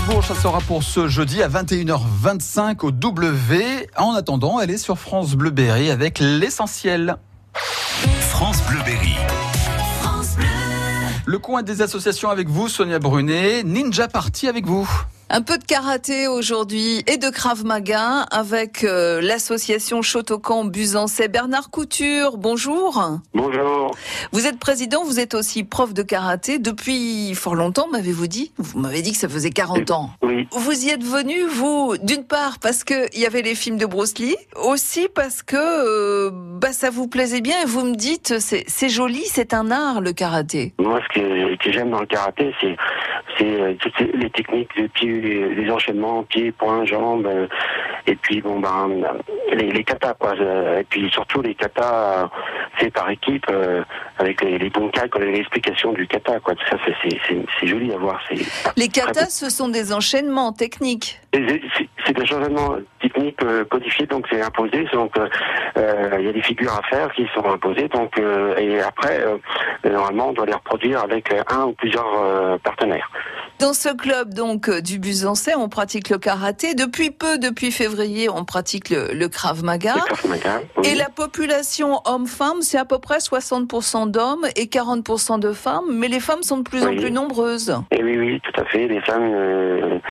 Strasbourg, ça sera pour ce jeudi à 21h25 au W. En attendant, elle est sur France Bleu Berry avec l'essentiel. France Bleu Berry. Le coin des associations avec vous, Sonia Brunet. Ninja Party avec vous. Un peu de karaté aujourd'hui et de Krav Maga avec l'association Shotokan-Buzançais. Bernard Couture, bonjour. Bonjour. Vous êtes président, vous êtes aussi prof de karaté depuis fort longtemps, m'avez-vous dit? Vous m'avez dit que ça faisait 40 ans. Oui. Vous y êtes venu, vous, d'une part parce qu'il y avait les films de Bruce Lee, aussi parce que ça vous plaisait bien et vous me dites c'est joli, c'est un art le karaté. Moi, ce que j'aime dans le karaté, c'est toutes les techniques de pieds, les enchaînements, pieds, poings, jambes, et puis les katas, quoi. Et puis surtout les katas faits par équipe, avec les bunkai, l'explication du kata, quoi. Tout ça, c'est joli à voir. Les katas, ce sont des enchaînements techniques. C'est des enchaînements techniques codifiés, donc c'est imposé. Donc il y a des figures à faire qui sont imposées. Donc et après, normalement, on doit les reproduire avec un ou plusieurs partenaires. Dans ce club donc du Buzançais, on pratique le karaté. Depuis février, on pratique le Krav Maga. Le Krav Maga, oui. Et la population homme-femme, c'est à peu près 60% d'hommes et 40% de femmes. Mais les femmes sont de plus en plus nombreuses. Et oui, tout à fait. Les femmes